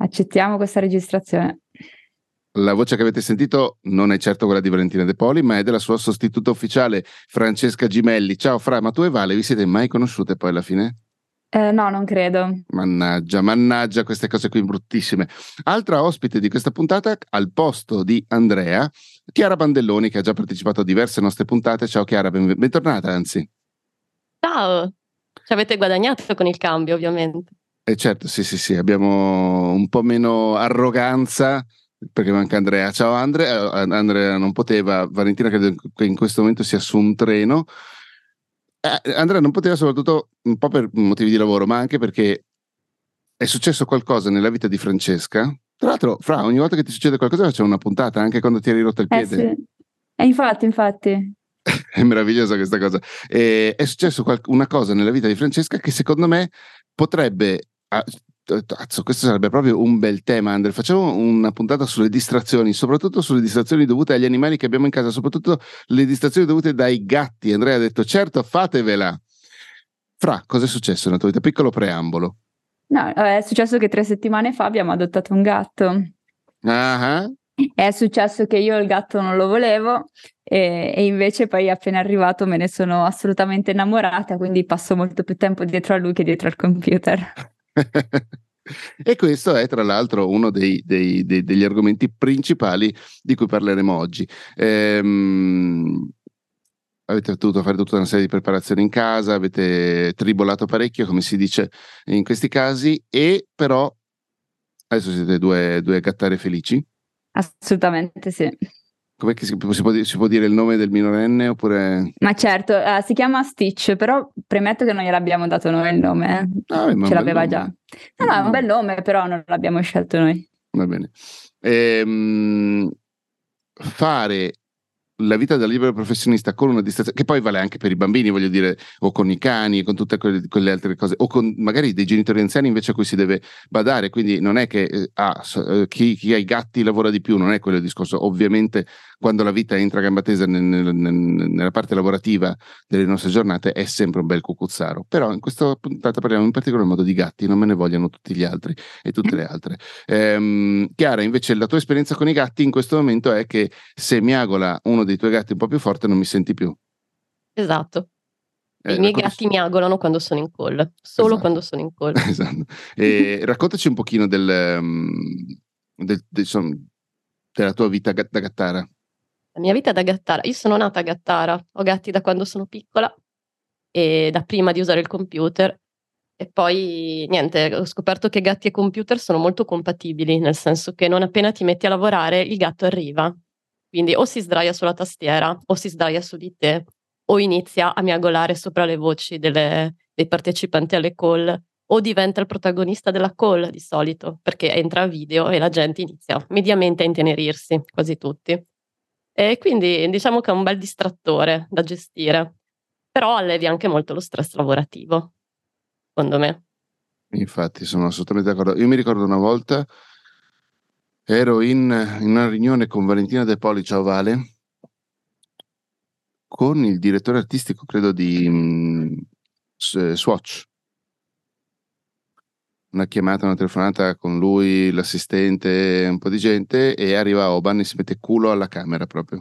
Accettiamo questa registrazione. La voce che avete sentito non è certo quella di Valentina De Poli, ma è della sua sostituta ufficiale Francesca Gimelli. Ciao Fra, ma tu e Vale vi siete mai conosciute poi alla fine? No, non credo. Mannaggia, queste cose qui bruttissime. Altra ospite di questa puntata, al posto di Andrea, Chiara Bandelloni, che ha già partecipato a diverse nostre puntate. Ciao Chiara, bentornata anzi. Ciao, ci avete guadagnato con il cambio ovviamente. Certo, sì, abbiamo un po' meno arroganza perché manca Andrea. Ciao Andrea, Andrea non poteva, Valentina credo che in questo momento sia su un treno. Andrea non poteva soprattutto un po' per motivi di lavoro, ma anche perché è successo qualcosa nella vita di Francesca. Tra l'altro, Fra, ogni volta che ti succede qualcosa c'è una puntata, anche quando ti eri rotto il piede. Sì. Infatti. È meravigliosa questa cosa. È successo una cosa nella vita di Francesca che secondo me potrebbe... questo sarebbe proprio un bel tema, Andrea. Facciamo una puntata sulle distrazioni, soprattutto sulle distrazioni dovute agli animali che abbiamo in casa, soprattutto le distrazioni dovute dai gatti. Andrea ha detto, certo, fatevela. Fra, cosa è successo nella tua vita? Piccolo preambolo. No, è successo che 3 settimane fa abbiamo adottato un gatto. Ah. È successo che io il gatto non lo volevo e invece poi appena arrivato me ne sono assolutamente innamorata, quindi passo molto più tempo dietro a lui che dietro al computer. E questo è tra l'altro uno degli argomenti principali di cui parleremo oggi. Avete dovuto fare tutta una serie di preparazioni in casa, avete tribolato parecchio, come si dice in questi casi, e però adesso siete due gattare felici. Assolutamente sì. Com'è che si può dire il nome del minorenne oppure... Ma certo, si chiama Stitch, però premetto che non gliel'abbiamo dato noi il nome, ce l'aveva già. No, è un bel nome, però non l'abbiamo scelto noi. Va bene. Fare la vita da libero professionista con una distrazione, che poi vale anche per i bambini, voglio dire, o con i cani, con tutte quelle altre cose, o con magari dei genitori anziani invece a cui si deve badare, quindi non è che chi ha i gatti lavora di più, non è quello il discorso. Ovviamente quando la vita entra a gamba tesa nella parte lavorativa delle nostre giornate è sempre un bel cucuzzaro, però in questa puntata parliamo in particolar modo di gatti, non me ne vogliano tutti gli altri e tutte le altre. Chiara, invece la tua esperienza con i gatti in questo momento è che se miagola uno dei tuoi gatti un po' più forte non mi senti più. Esatto. I miei gatti miagolano quando sono in call, solo esatto. Quando sono in call. Esatto. Raccontaci un pochino della tua vita da gattara. La mia vita da gattara, io sono nata a Gattara, ho gatti da quando sono piccola e da prima di usare il computer, e poi niente, ho scoperto che gatti e computer sono molto compatibili, nel senso che non appena ti metti a lavorare il gatto arriva, quindi o si sdraia sulla tastiera o si sdraia su di te o inizia a miagolare sopra le voci dei partecipanti alle call, o diventa il protagonista della call di solito, perché entra a video e la gente inizia mediamente a intenerirsi, quasi tutti. E quindi diciamo che è un bel distrattore da gestire, però allevi anche molto lo stress lavorativo, secondo me. Infatti sono assolutamente d'accordo. Io mi ricordo una volta ero in una riunione con Valentina De Poli, ciao Vale, con il direttore artistico credo di Swatch. Una chiamata, una telefonata con lui, l'assistente, un po' di gente, e arriva Oban e si mette culo alla camera proprio.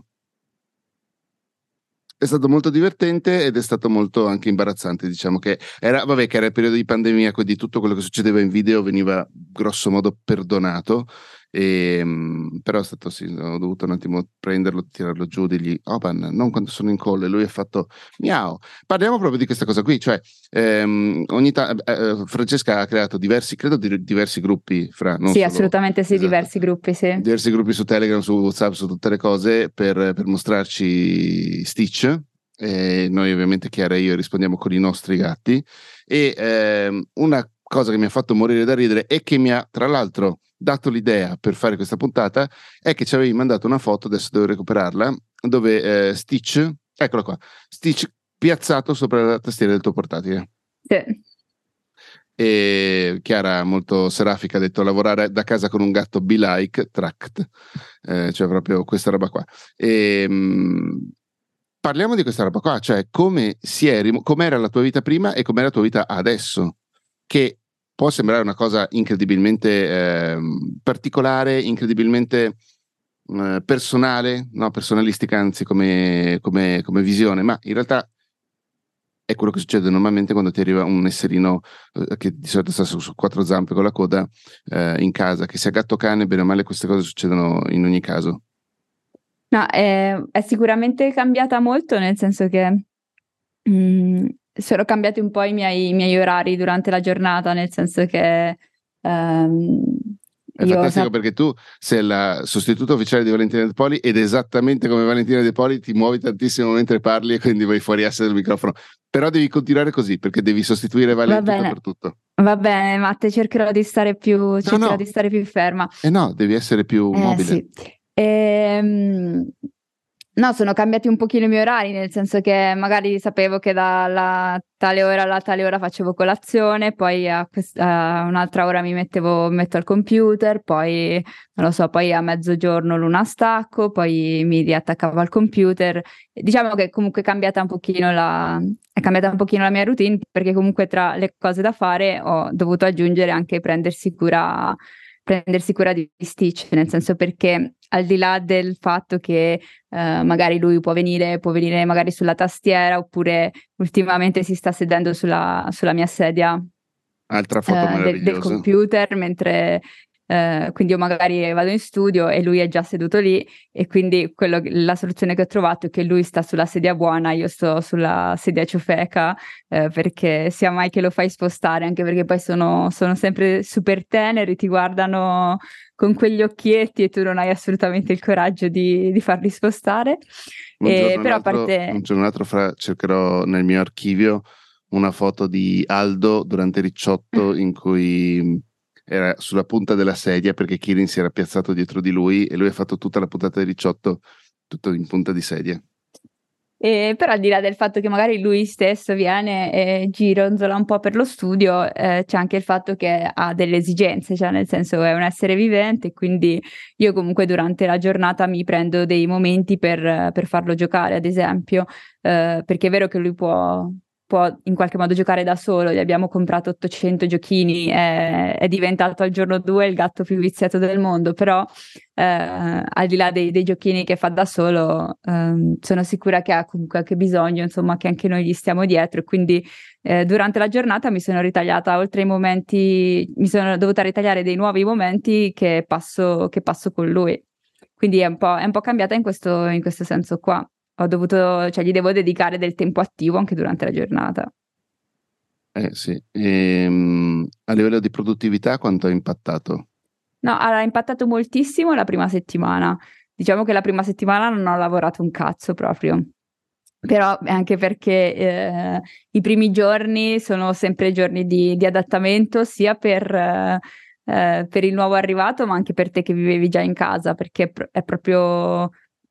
È stato molto divertente ed è stato molto anche imbarazzante, diciamo che era il periodo di pandemia, quindi tutto quello che succedeva in video veniva grosso modo perdonato, però è stato sì, ho dovuto un attimo prenderlo, tirarlo giù, dirgli Oban, non quando sono in call, e lui ha fatto miau. Parliamo proprio di questa cosa qui, cioè Francesca ha creato diversi gruppi fra, non sì, solo, assolutamente sì, esatto, diversi gruppi, sì. Diversi gruppi su Telegram, su WhatsApp, su tutte le cose per mostrarci Stitch. E noi ovviamente Chiara e io rispondiamo con i nostri gatti, e una cosa che mi ha fatto morire da ridere e che mi ha tra l'altro dato l'idea per fare questa puntata è che ci avevi mandato una foto, adesso devo recuperarla, dove Stitch, eccola qua, Stitch piazzato sopra la tastiera del tuo portatile. Sì. E Chiara molto serafica ha detto lavorare da casa con un gatto be like tract, cioè proprio questa roba qua. Parliamo di questa roba qua, cioè com'era la tua vita prima e com'è la tua vita adesso, che può sembrare una cosa incredibilmente particolare, incredibilmente personale, no? Personalistica anzi come visione, ma in realtà è quello che succede normalmente quando ti arriva un esserino che di solito sta su quattro zampe con la coda in casa, che sia gatto o cane, bene o male queste cose succedono in ogni caso. No, è sicuramente cambiata molto, nel senso che sono cambiati un po' i miei orari durante la giornata, nel senso che È io fantastico perché tu sei la sostituta ufficiale di Valentina De Poli ed esattamente come Valentina De Poli ti muovi tantissimo mentre parli e quindi vai fuori asse del microfono. Però devi continuare così perché devi sostituire Vale tutto per tutto. Va bene, Matte, cercherò di stare più ferma. No, devi essere più mobile. Sì. No, sono cambiati un pochino i miei orari, nel senso che magari sapevo che dalla tale ora alla tale ora facevo colazione, poi a un'altra ora metto al computer, poi non lo so, poi a mezzogiorno l'una stacco, poi mi riattaccavo al computer. Diciamo che comunque è cambiata un pochino la mia routine, perché comunque tra le cose da fare ho dovuto aggiungere anche prendersi cura di Stitch, nel senso, perché al di là del fatto che magari lui può venire magari sulla tastiera, oppure ultimamente si sta sedendo sulla mia sedia altra foto meravigliosa del computer, mentre quindi io magari vado in studio e lui è già seduto lì, e quindi la soluzione che ho trovato è che lui sta sulla sedia buona, io sto sulla sedia ciofeca, perché sia mai che lo fai spostare, anche perché poi sono sempre super teneri, ti guardano con quegli occhietti e tu non hai assolutamente il coraggio di farli spostare. Però a parte... Un giorno o l'altro cercherò nel mio archivio una foto di Aldo durante Ricciotto in cui era sulla punta della sedia perché Kirin si era piazzato dietro di lui e lui ha fatto tutta la puntata di Ricciotto tutto in punta di sedia. Però al di là del fatto che magari lui stesso viene e gironzola un po' per lo studio, c'è anche il fatto che ha delle esigenze, cioè nel senso è un essere vivente, quindi io comunque durante la giornata mi prendo dei momenti per farlo giocare, ad esempio, perché è vero che lui può in qualche modo giocare da solo, gli abbiamo comprato 800 giochini, è diventato al giorno 2 il gatto più viziato del mondo, però al di là dei giochini che fa da solo, sono sicura che ha comunque anche bisogno, insomma, che anche noi gli stiamo dietro, e quindi durante la giornata mi sono ritagliata, oltre ai momenti, mi sono dovuta ritagliare dei nuovi momenti che passo con lui, quindi è un po' cambiata in questo senso qua. Gli devo dedicare del tempo attivo anche durante la giornata. Sì. A livello di produttività quanto ha impattato? No, ha impattato moltissimo la prima settimana. Diciamo che la prima settimana non ho lavorato un cazzo proprio. Però anche perché i primi giorni sono sempre giorni di adattamento, sia per il nuovo arrivato, ma anche per te che vivevi già in casa, perché è proprio...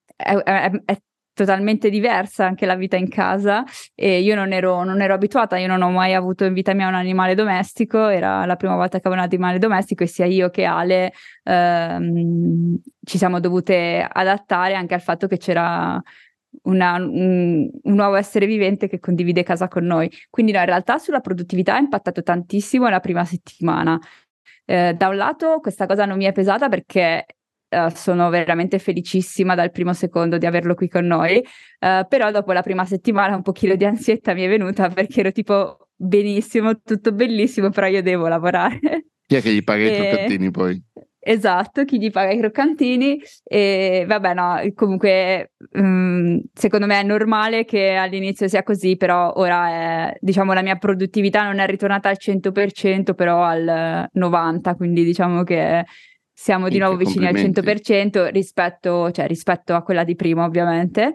è totalmente diversa anche la vita in casa, e io non ero abituata, io non ho mai avuto in vita mia un animale domestico, era la prima volta che avevo un animale domestico, e sia io che Ale ci siamo dovute adattare anche al fatto che c'era un nuovo essere vivente che condivide casa con noi. Quindi no, in realtà sulla produttività ha impattato tantissimo la prima settimana. Da un lato questa cosa non mi è pesata perché sono veramente felicissima dal primo secondo di averlo qui con noi, però dopo la prima settimana un pochino di ansietta mi è venuta, perché ero tipo benissimo, tutto bellissimo, però io devo lavorare. Chi è che gli paga i croccantini poi? Esatto, chi gli paga i croccantini, e vabbè no, comunque secondo me è normale che all'inizio sia così, però ora diciamo la mia produttività non è ritornata al 100%, però al 90%, quindi diciamo che siamo di nuovo vicini al 100% rispetto a quella di prima, ovviamente.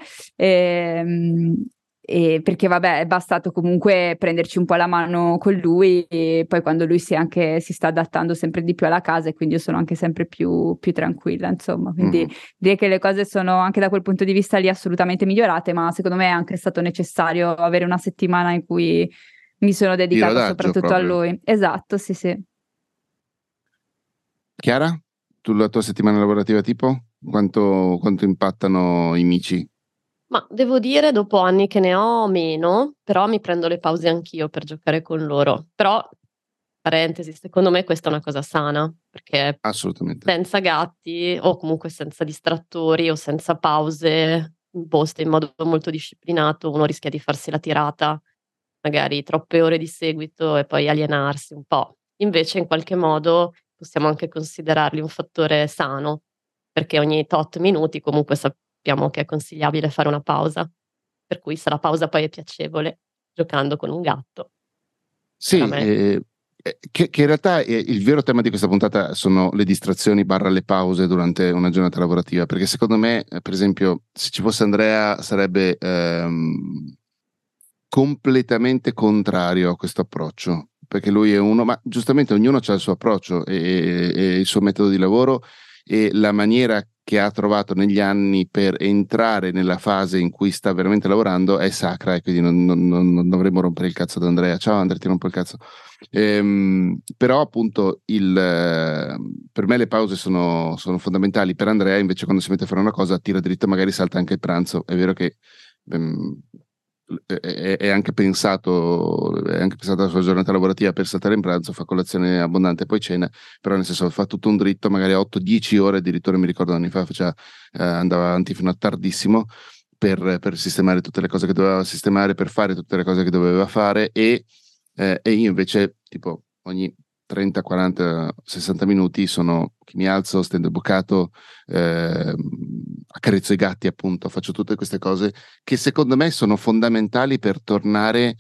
E perché vabbè, è bastato comunque prenderci un po' la mano con lui, e poi quando lui si sta adattando sempre di più alla casa, e quindi io sono anche sempre più tranquilla, insomma. Quindi direi che le cose sono anche da quel punto di vista lì assolutamente migliorate, ma secondo me è anche stato necessario avere una settimana in cui mi sono dedicata soprattutto proprio a lui. Esatto, sì, sì. Chiara, tu la tua settimana lavorativa tipo? Quanto impattano i mici? Ma devo dire, dopo anni che ne ho meno, però mi prendo le pause anch'io per giocare con loro. Però parentesi, secondo me questa è una cosa sana, perché Assolutamente. senza gatti o comunque senza distrattori o senza pause imposte in modo molto disciplinato, uno rischia di farsi la tirata, magari troppe ore di seguito e poi alienarsi un po'. Invece in qualche modo possiamo anche considerarli un fattore sano, perché ogni tot minuti comunque sappiamo che è consigliabile fare una pausa, per cui se la pausa poi è piacevole, giocando con un gatto, sarà Sì, meglio. che in realtà il vero tema di questa puntata sono le distrazioni barra le pause durante una giornata lavorativa, perché secondo me, per esempio, se ci fosse Andrea sarebbe completamente contrario a questo approccio, perché lui è uno, ma giustamente ognuno ha il suo approccio e il suo metodo di lavoro e la maniera che ha trovato negli anni per entrare nella fase in cui sta veramente lavorando è sacra e quindi non dovremmo rompere il cazzo ad Andrea. Ciao Andrea, ti rompo il cazzo. Però appunto per me le pause sono fondamentali. Per Andrea invece quando si mette a fare una cosa tira dritto, magari salta anche il pranzo. È vero che è anche pensata la sua giornata lavorativa per saltare in pranzo, fa colazione abbondante e poi cena, però nel senso fa tutto un dritto, magari 8-10 ore addirittura, mi ricordo anni fa, andava avanti fino a tardissimo per sistemare tutte le cose che doveva sistemare, per fare tutte le cose che doveva fare e io invece tipo ogni 30, 40, 60 minuti sono che mi alzo, stendo il bucato, accarezzo i gatti appunto, faccio tutte queste cose che secondo me sono fondamentali per tornare,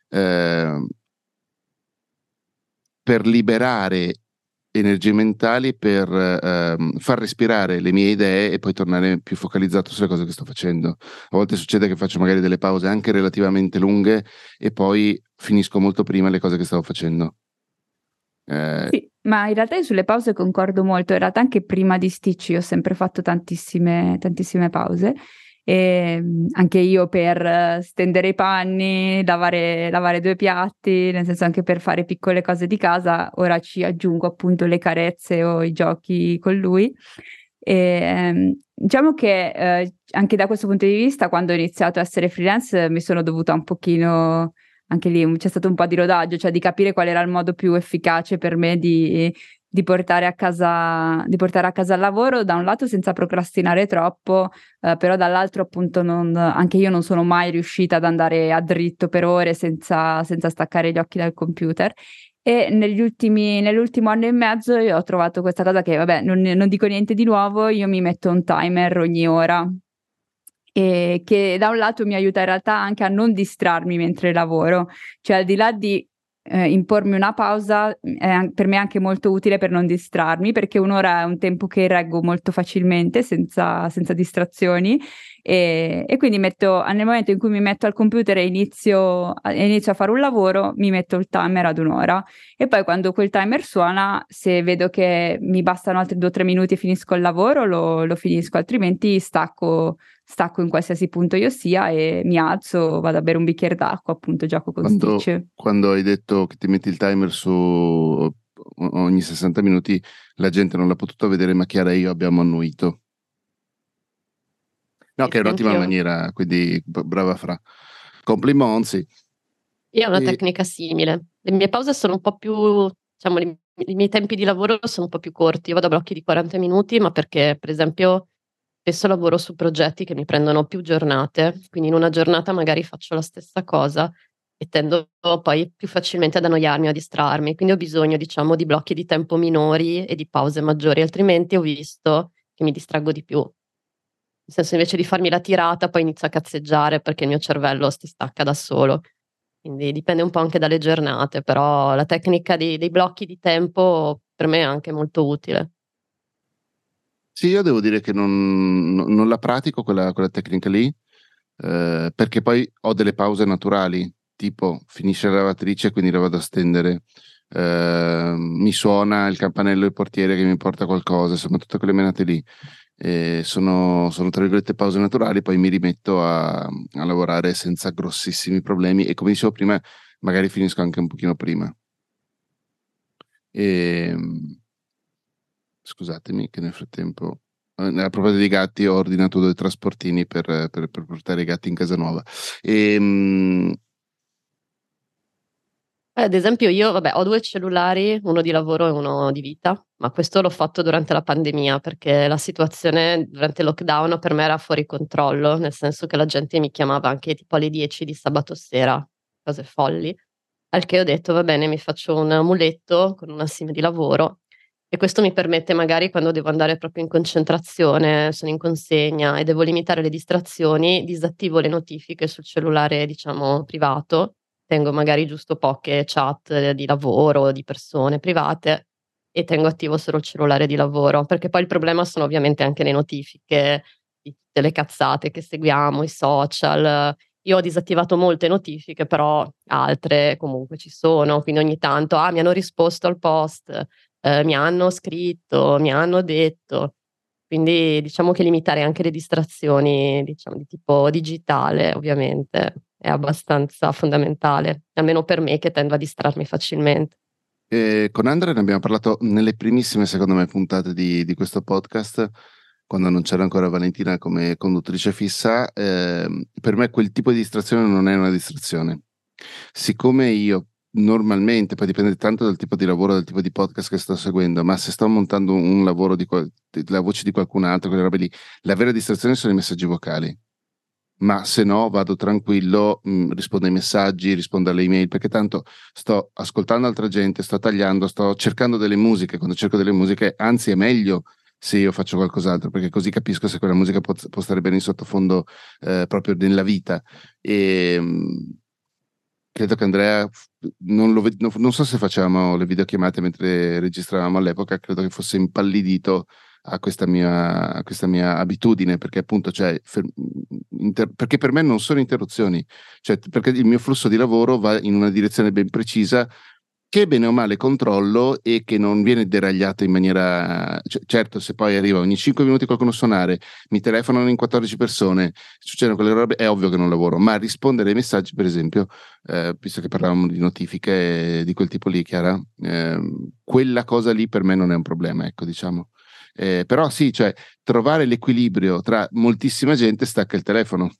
per liberare energie mentali, per far respirare le mie idee e poi tornare più focalizzato sulle cose che sto facendo. A volte succede che faccio magari delle pause anche relativamente lunghe e poi finisco molto prima le cose che stavo facendo. Sì, ma in realtà io sulle pause concordo molto. In realtà anche prima di Stitch io ho sempre fatto tantissime, tantissime pause. E anche io per stendere i panni, lavare due piatti, nel senso anche per fare piccole cose di casa. Ora ci aggiungo appunto le carezze o i giochi con lui. E, diciamo che anche da questo punto di vista, quando ho iniziato a essere freelance, mi sono dovuta un pochino anche lì c'è stato un po' di rodaggio, cioè di capire qual era il modo più efficace per me di portare a casa il lavoro, da un lato senza procrastinare troppo, però dall'altro appunto anche io non sono mai riuscita ad andare a dritto per ore senza staccare gli occhi dal computer. E nell'ultimo anno e mezzo io ho trovato questa cosa che, vabbè, non dico niente di nuovo, io mi metto un timer ogni ora e che da un lato mi aiuta in realtà anche a non distrarmi mentre lavoro, cioè al di là di impormi una pausa, per me è anche molto utile per non distrarmi, perché un'ora è un tempo che reggo molto facilmente senza distrazioni e quindi nel momento in cui mi metto al computer e inizio a fare un lavoro, mi metto il timer ad un'ora e poi quando quel timer suona, se vedo che mi bastano altri 2 o 3 minuti e finisco il lavoro, lo finisco, altrimenti stacco in qualsiasi punto io sia e mi alzo, vado a bere un bicchiere d'acqua, appunto gioco con Stitch. Quando hai detto che ti metti il timer su ogni 60 minuti, la gente non l'ha potuto vedere, ma Chiara e io abbiamo annuito. No, Sì, che è sì, un'ottima anch'io. maniera, quindi brava Fra. Complimenti. Io ho una E, tecnica simile. Le mie pause sono un po' più, diciamo, i miei tempi di lavoro sono un po' più corti. Io vado a blocchi di 40 minuti, ma perché, per esempio, spesso lavoro su progetti che mi prendono più giornate, quindi in una giornata magari faccio la stessa cosa e tendo poi più facilmente ad annoiarmi o a distrarmi. Quindi ho bisogno, diciamo, di blocchi di tempo minori e di pause maggiori, altrimenti ho visto che mi distraggo di più. Nel senso, invece di farmi la tirata, poi inizio a cazzeggiare perché il mio cervello si stacca da solo. Quindi dipende un po' anche dalle giornate, però la tecnica dei blocchi di tempo per me è anche molto utile. sì, io devo dire che non la pratico quella tecnica lì, perché poi ho delle pause naturali, tipo finisce la lavatrice, quindi la vado a stendere. Mi suona il campanello del portiere che mi porta qualcosa, insomma, tutte quelle menate lì. Sono tra virgolette pause naturali, poi mi rimetto a lavorare senza grossissimi problemi e come dicevo prima, magari finisco anche un pochino prima. E, scusatemi che nel frattempo, a proposito dei gatti, ho ordinato 2 trasportini per portare i gatti in casa nuova. E, Ad esempio io, vabbè, ho 2 cellulari, uno di lavoro e uno di vita, ma questo l'ho fatto durante la pandemia perché la situazione durante il lockdown per me era fuori controllo, nel senso che la gente mi chiamava anche tipo alle 10 di sabato sera, cose folli. Al che ho detto: "Va bene, mi faccio un amuleto con una SIM di lavoro", e questo mi permette magari quando devo andare proprio in concentrazione, sono in consegna e devo limitare le distrazioni, disattivo le notifiche sul cellulare, diciamo, privato, tengo magari giusto poche chat di lavoro, di persone private e tengo attivo solo il cellulare di lavoro, perché poi il problema sono ovviamente anche le notifiche di tutte le cazzate che seguiamo, i social. Io ho disattivato molte notifiche, però altre comunque ci sono, quindi ogni tanto: "Ah, mi hanno risposto al post, mi hanno scritto, mi hanno detto". Quindi diciamo che limitare anche le distrazioni, diciamo di tipo digitale, ovviamente è abbastanza fondamentale, almeno per me che tendo a distrarmi facilmente. Con Andrea ne abbiamo parlato nelle primissime, secondo me, puntate di questo podcast, quando non c'era ancora Valentina come conduttrice fissa. Per me quel tipo di distrazione non è una distrazione. Siccome io normalmente, poi dipende tanto dal tipo di lavoro, dal tipo di podcast che sto seguendo, ma se sto montando un lavoro la voce di qualcun altro, quelle robe lì, la vera distrazione sono i messaggi vocali. Ma se no vado tranquillo, rispondo ai messaggi, rispondo alle email, perché tanto sto ascoltando altra gente, sto tagliando, sto cercando delle musiche. Quando cerco delle musiche, anzi è meglio se io faccio qualcos'altro, perché così capisco se quella musica può stare bene in sottofondo, proprio nella vita. E credo che Andrea, non so se facevamo le videochiamate mentre registravamo all'epoca, credo che fosse impallidito a questa mia abitudine, perché appunto, cioè, perché per me non sono interruzioni, cioè, perché il mio flusso di lavoro va in una direzione ben precisa, che bene o male controllo e che non viene deragliato in maniera, cioè, certo, se poi arriva ogni 5 minuti qualcuno a suonare, mi telefonano in 14 persone, succedono quelle robe, è ovvio che non lavoro, ma rispondere ai messaggi, per esempio, visto che parlavamo di notifiche di quel tipo lì, Chiara, quella cosa lì per me non è un problema, ecco, diciamo. Però sì, cioè, trovare l'equilibrio tra moltissima gente stacca il telefono.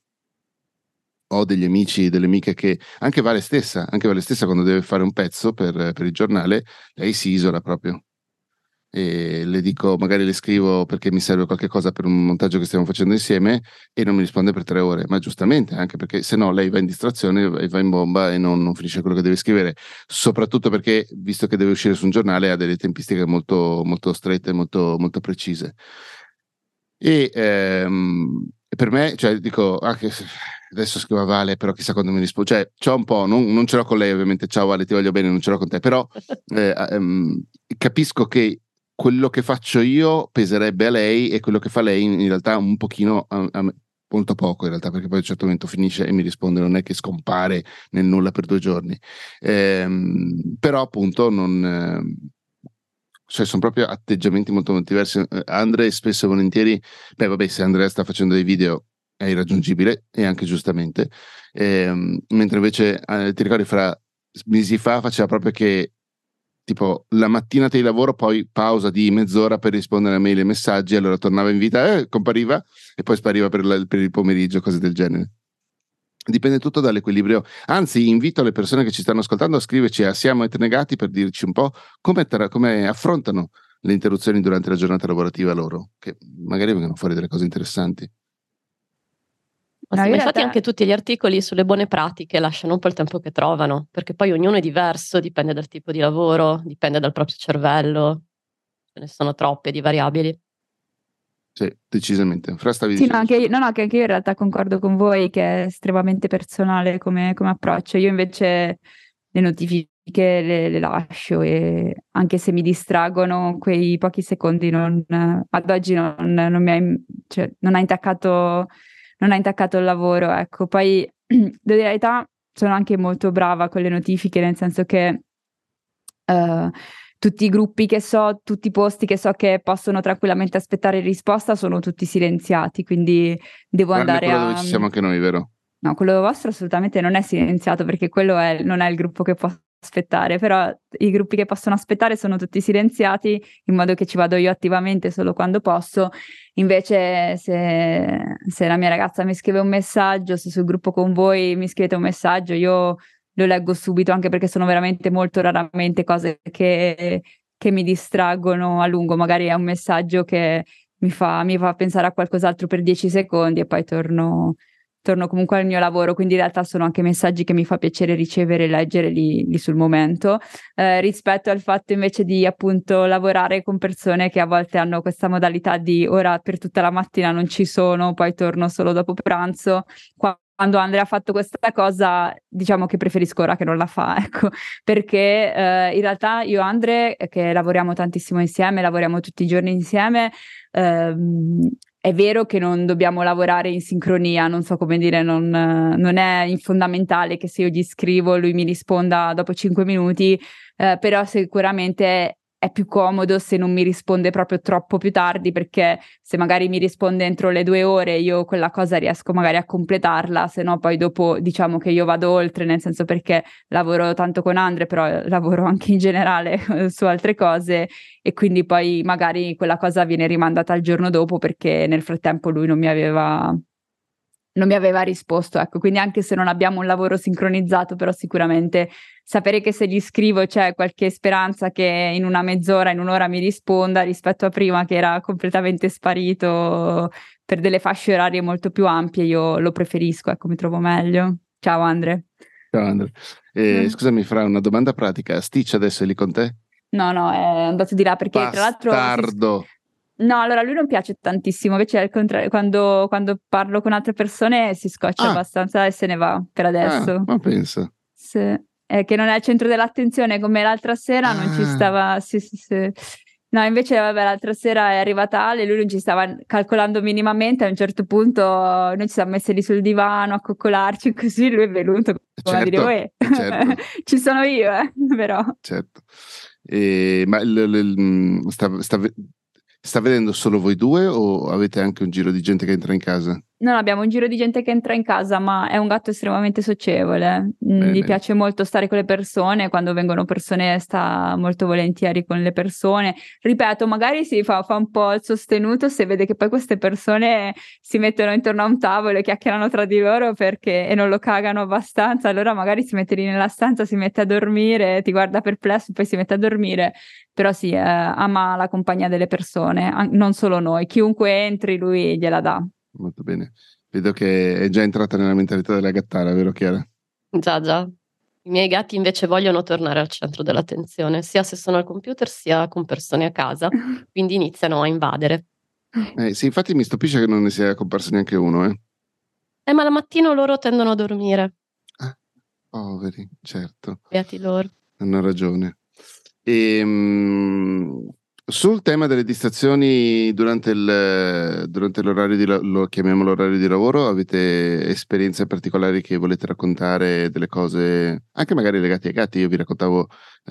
Ho degli amici, delle amiche che, anche Vale stessa quando deve fare un pezzo per il giornale, lei si isola proprio. E le dico, magari le scrivo perché mi serve qualche cosa per un montaggio che stiamo facendo insieme e non mi risponde per 3 ore, ma giustamente, anche perché se no lei va in distrazione e va in bomba e non finisce quello che deve scrivere, soprattutto perché, visto che deve uscire su un giornale, ha delle tempistiche molto, molto strette, molto, molto precise. E per me, cioè, dico, adesso scrivo a Vale, però chissà quando mi risponde. Cioè, c'ho un po', non ce l'ho con lei, ovviamente. Ciao Vale, ti voglio bene, non ce l'ho con te, però capisco che quello che faccio io peserebbe a lei e quello che fa lei in realtà un pochino a me, molto poco in realtà, perché poi a un certo momento finisce e mi risponde, non è che scompare nel nulla per 2 giorni. Però appunto non... cioè sono proprio atteggiamenti molto, molto diversi. Andre spesso e volentieri, beh vabbè, se Andrea sta facendo dei video è irraggiungibile e anche giustamente, mentre invece ti ricordi fra mesi fa faceva proprio che tipo la mattinata di lavoro, poi pausa di mezz'ora per rispondere a mail e messaggi, allora tornava in vita, compariva e poi spariva per il pomeriggio, cose del genere. Dipende tutto dall'equilibrio. Anzi, invito le persone che ci stanno ascoltando a scriverci a Siamo Etnegati per dirci un po' come affrontano le interruzioni durante la giornata lavorativa loro, che magari vengono fuori delle cose interessanti. Ma No, sì, io ma in infatti realtà anche tutti gli articoli sulle buone pratiche lasciano un po' il tempo che trovano, perché poi ognuno è diverso, dipende dal tipo di lavoro, dipende dal proprio cervello, ce ne sono troppe di variabili. Sì, decisamente. Fra stavi sì, no, dicendo, anche io, scusa. no, no, che anche io in realtà concordo con voi che è estremamente personale come approccio. Io invece le notifiche le lascio e anche se mi distraggono quei pochi secondi ad oggi non mi ha, cioè, non ha intaccato il lavoro, ecco. Poi, devo dire la verità, sono anche molto brava con le notifiche, nel senso che eh, tutti i gruppi che so, tutti i posti che so che possono tranquillamente aspettare risposta sono tutti silenziati, quindi devo Tranne andare quello dove a... ci siamo anche noi, vero? No, quello vostro assolutamente non è silenziato perché quello non è il gruppo che può aspettare, però i gruppi che possono aspettare sono tutti silenziati in modo che ci vado io attivamente solo quando posso. Invece se la mia ragazza mi scrive un messaggio, se sul gruppo con voi mi scrivete un messaggio, io lo leggo subito, anche perché sono veramente molto raramente cose che mi distraggono a lungo. Magari è un messaggio che mi fa pensare a qualcos'altro per 10 secondi e poi torno comunque al mio lavoro, quindi in realtà sono anche messaggi che mi fa piacere ricevere e leggere lì sul momento, rispetto al fatto invece di appunto lavorare con persone che a volte hanno questa modalità di ora per tutta la mattina non ci sono, poi torno solo dopo pranzo. Quando Andrea ha fatto questa cosa, diciamo che preferisco ora che non la fa, ecco, perché in realtà io e Andre, che lavoriamo tantissimo insieme, lavoriamo tutti i giorni insieme, è vero che non dobbiamo lavorare in sincronia, non so come dire, non è fondamentale che se io gli scrivo lui mi risponda dopo 5 minuti, però sicuramente è più comodo se non mi risponde proprio troppo più tardi, perché se magari mi risponde entro le 2 ore io quella cosa riesco magari a completarla, se no poi dopo diciamo che io vado oltre, nel senso perché lavoro tanto con Andre, però lavoro anche in generale su altre cose e quindi poi magari quella cosa viene rimandata al giorno dopo perché nel frattempo lui non mi aveva risposto, ecco. Quindi anche se non abbiamo un lavoro sincronizzato, però sicuramente sapere che se gli scrivo c'è qualche speranza che in una mezz'ora, in un'ora mi risponda, rispetto a prima che era completamente sparito per delle fasce orarie molto più ampie, io lo preferisco, ecco, mi trovo meglio. Ciao Andre. Ciao Andre. Scusami, Fra, una domanda pratica. Stitch adesso è lì con te? No, è andato di là perché tra l'altro... Bastardo! No, allora a lui non piace tantissimo, invece al contrario, quando parlo con altre persone si scoccia abbastanza e se ne va per adesso. Ma pensa. Sì. Che non è al centro dell'attenzione come l'altra sera, non ci stava... Sì. No, invece vabbè, l'altra sera è arrivata Ale, lui non ci stava calcolando minimamente, a un certo punto noi ci siamo messi lì sul divano a coccolarci, così lui è venuto come a dire, certo. ci sono io, però. Certo. Ma sta vedendo solo voi due o avete anche un giro di gente che entra in casa? No, abbiamo un giro di gente che entra in casa, ma è un gatto estremamente socievole. Gli piace molto stare con le persone, quando vengono persone sta molto volentieri con le persone. Ripeto, magari si fa un po' il sostenuto se vede che poi queste persone si mettono intorno a un tavolo e chiacchierano tra di loro e non lo cagano abbastanza, allora magari si mette lì nella stanza, si mette a dormire, ti guarda perplesso, poi si mette a dormire. Però sì, ama la compagnia delle persone, non solo noi, chiunque entri lui gliela dà. Molto bene. Vedo che è già entrata nella mentalità della gattara, vero Chiara? Già. I miei gatti invece vogliono tornare al centro dell'attenzione, sia se sono al computer sia con persone a casa, quindi iniziano a invadere. Sì, infatti mi stupisce che non ne sia comparso neanche uno, Ma la mattina loro tendono a dormire. Poveri, certo. Beati loro. Hanno ragione. Sul tema delle distrazioni durante l'orario lo chiamiamo l'orario di lavoro, avete esperienze particolari che volete raccontare, delle cose anche magari legate ai gatti? Io vi raccontavo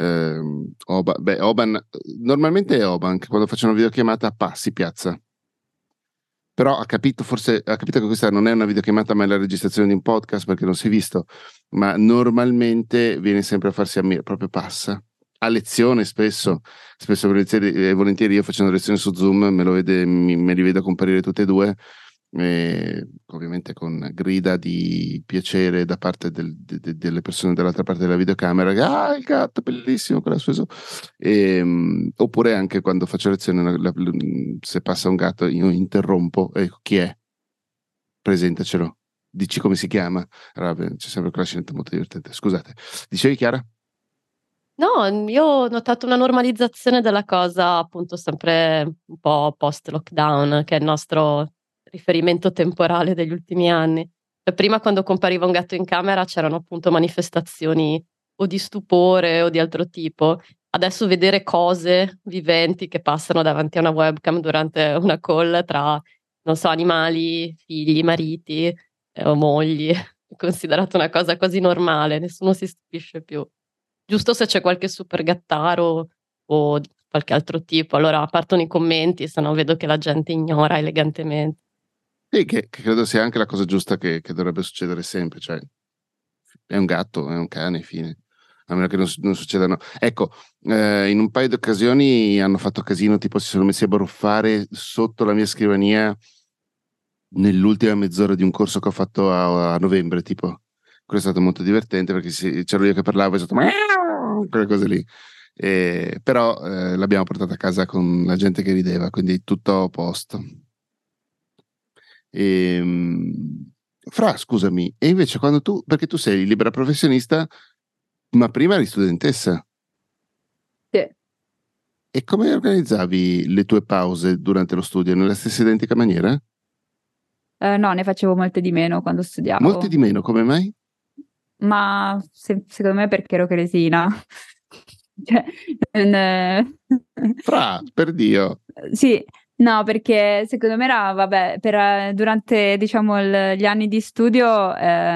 Oban, normalmente è Oban che quando faccio una videochiamata si piazza, però ha capito che questa non è una videochiamata ma è la registrazione di un podcast perché non si è visto, ma normalmente viene sempre a farsi proprio passa a lezione spesso e volentieri io facendo lezioni su Zoom me li vedo comparire tutte e due, ovviamente con grida di piacere da parte delle persone dall'altra parte della videocamera che il gatto bellissimo con la sua oppure anche quando faccio lezione se passa un gatto io interrompo e chi è? Presentacelo, dici come si chiama. Allora, c'è sempre quella scelta molto divertente. Scusate, dicevi Chiara? No, io ho notato una normalizzazione della cosa, appunto, sempre un po' post-lockdown, che è il nostro riferimento temporale degli ultimi anni. Prima, quando compariva un gatto in camera, c'erano appunto manifestazioni o di stupore o di altro tipo. Adesso vedere cose viventi che passano davanti a una webcam durante una call tra, non so, animali, figli, mariti o mogli, è considerata una cosa quasi normale, nessuno si stupisce più. Giusto se c'è qualche super gattaro o di qualche altro tipo, allora partono i commenti, se no vedo che la gente ignora elegantemente. Sì, che credo sia anche la cosa giusta che dovrebbe succedere sempre, cioè è un gatto, è un cane, fine. A meno che non succedano. Ecco, in un paio di occasioni hanno fatto casino, tipo si sono messi a baruffare sotto la mia scrivania nell'ultima mezz'ora di un corso che ho fatto a novembre, tipo. quello è stato molto divertente perché c'ero io che parlavo e è stato quelle cose lì. Però l'abbiamo portata a casa con la gente che rideva, quindi tutto a posto. Fra, scusami, e invece quando perché tu sei libera professionista, ma prima eri studentessa? Sì. E come organizzavi le tue pause durante lo studio? Nella stessa identica maniera? No, ne facevo molte di meno quando studiavo. Molti di meno, come mai? Ma secondo me perché ero cretina. Cioè, Fra, per Dio. Sì, no, perché secondo me era, vabbè, durante, diciamo, gli anni di studio,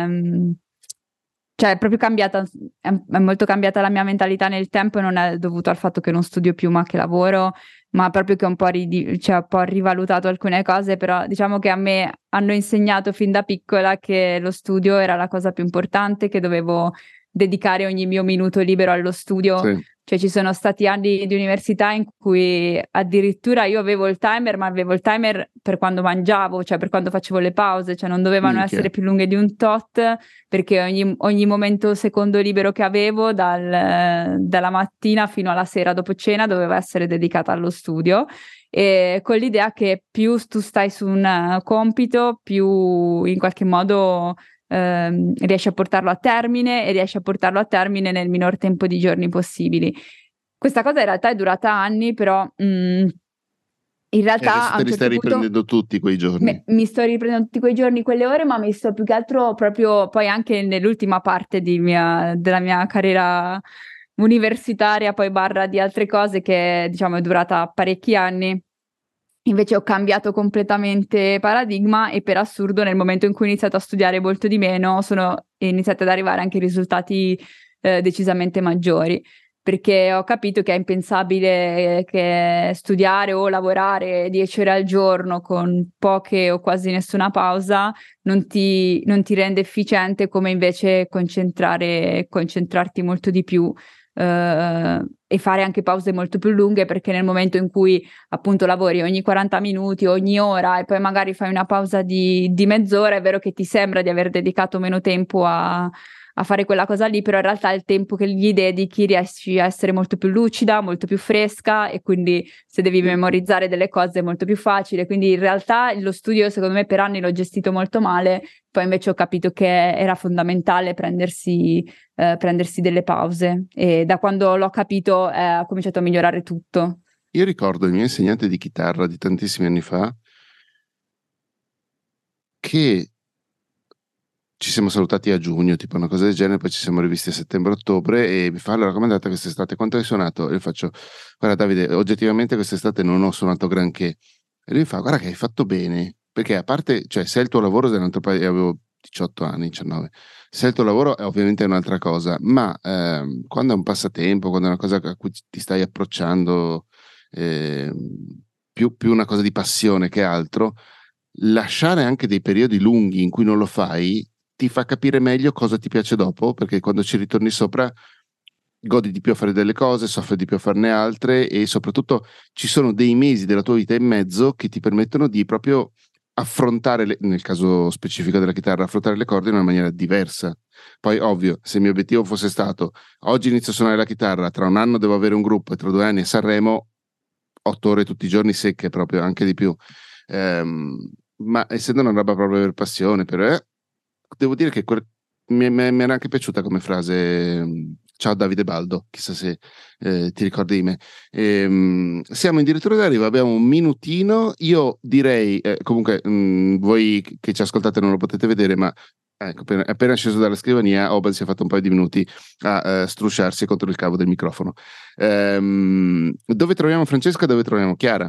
cioè è proprio cambiata, è molto cambiata la mia mentalità nel tempo e non è dovuto al fatto che non studio più ma che lavoro, ma proprio che ho un po', cioè, un po' rivalutato alcune cose, però diciamo che a me hanno insegnato fin da piccola che lo studio era la cosa più importante, che dovevo dedicare ogni mio minuto libero allo studio. Sì. Cioè ci sono stati anni di università in cui addirittura io avevo il timer, ma avevo il timer per quando mangiavo, cioè per quando facevo le pause, cioè non dovevano Minchia. essere più lunghe di un tot, perché ogni momento secondo libero che avevo, dalla mattina fino alla sera dopo cena, doveva essere dedicata allo studio. E con l'idea che più tu stai su un compito, più in qualche modo riesci a portarlo a termine e riesci a portarlo a termine nel minor tempo di giorni possibili. Questa cosa in realtà è durata anni, però in realtà Adesso te li stai riprendendo tutti quei giorni. mi sto riprendendo tutti quei giorni, quelle ore, ma mi sto più che altro proprio poi anche nell'ultima parte della mia carriera universitaria, poi barra di altre cose che diciamo è durata parecchi anni. Invece ho cambiato completamente paradigma e per assurdo nel momento in cui ho iniziato a studiare molto di meno sono iniziati ad arrivare anche risultati decisamente maggiori, perché ho capito che è impensabile che studiare o lavorare 10 ore al giorno con poche o quasi nessuna pausa non ti rende efficiente come invece concentrarti molto di più e fare anche pause molto più lunghe, perché nel momento in cui appunto lavori ogni 40 minuti, ogni ora e poi magari fai una pausa di mezz'ora, è vero che ti sembra di aver dedicato meno tempo a fare quella cosa lì, però in realtà il tempo che gli dedichi riesci a essere molto più lucida, molto più fresca e quindi se devi memorizzare delle cose è molto più facile. Quindi in realtà lo studio secondo me per anni l'ho gestito molto male, poi invece ho capito che era fondamentale prendersi delle pause e da quando l'ho capito ha cominciato a migliorare tutto. Io ricordo il mio insegnante di chitarra di tantissimi anni fa che ci siamo salutati a giugno, tipo una cosa del genere, poi ci siamo rivisti a settembre-ottobre e mi fa: allora, come è andata quest'estate? Quanto hai suonato? E io faccio: guarda Davide, oggettivamente quest'estate non ho suonato granché. E lui fa: guarda che hai fatto bene, perché a parte, cioè se è il tuo lavoro, da un altro paese, avevo 18 anni, 19, se è il tuo lavoro è ovviamente un'altra cosa, ma quando è un passatempo, quando è una cosa a cui ti stai approcciando, più una cosa di passione che altro, lasciare anche dei periodi lunghi in cui non lo fai ti fa capire meglio cosa ti piace dopo, perché quando ci ritorni sopra godi di più a fare delle cose, soffri di più a farne altre e soprattutto ci sono dei mesi della tua vita in mezzo che ti permettono di proprio affrontare, nel caso specifico della chitarra, affrontare le corde in una maniera diversa. Poi ovvio, se il mio obiettivo fosse stato oggi inizio a suonare la chitarra, tra un anno devo avere un gruppo e tra 2 anni a Sanremo, 8 ore tutti i giorni secche proprio, anche di più. Ma essendo una roba proprio per passione, devo dire che mi era anche piaciuta come frase. Ciao Davide Baldo, chissà se ti ricordi di me. Siamo addirittura d'arrivo, abbiamo un minutino. Io direi, comunque, voi che ci ascoltate non lo potete vedere, ma ecco, appena sceso dalla scrivania, Oban si è fatto un paio di minuti a strusciarsi contro il cavo del microfono. Dove troviamo Francesca? Dove troviamo Chiara?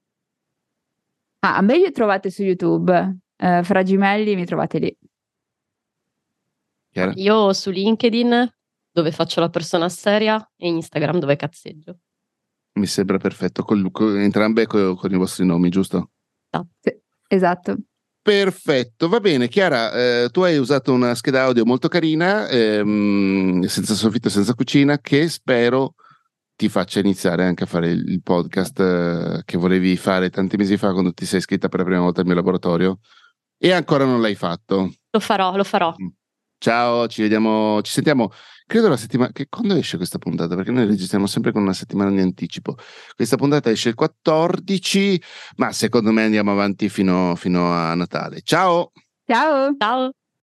A me li trovate su YouTube, Fra Gemelli mi trovate lì. Chiara? Io su LinkedIn, dove faccio la persona seria, e Instagram dove cazzeggio. Mi sembra perfetto, entrambe con i vostri nomi, giusto? Sì, esatto. Perfetto, va bene. Chiara, tu hai usato una scheda audio molto carina, senza soffitto e senza cucina, che spero ti faccia iniziare anche a fare il podcast che volevi fare tanti mesi fa quando ti sei iscritta per la prima volta al mio laboratorio e ancora non l'hai fatto. Lo farò. Ciao, ci vediamo, ci sentiamo, credo la settimana, che quando esce questa puntata? Perché noi registriamo sempre con una settimana di anticipo. Questa puntata esce il 14, ma secondo me andiamo avanti fino a Natale. Ciao! Ciao! Ciao!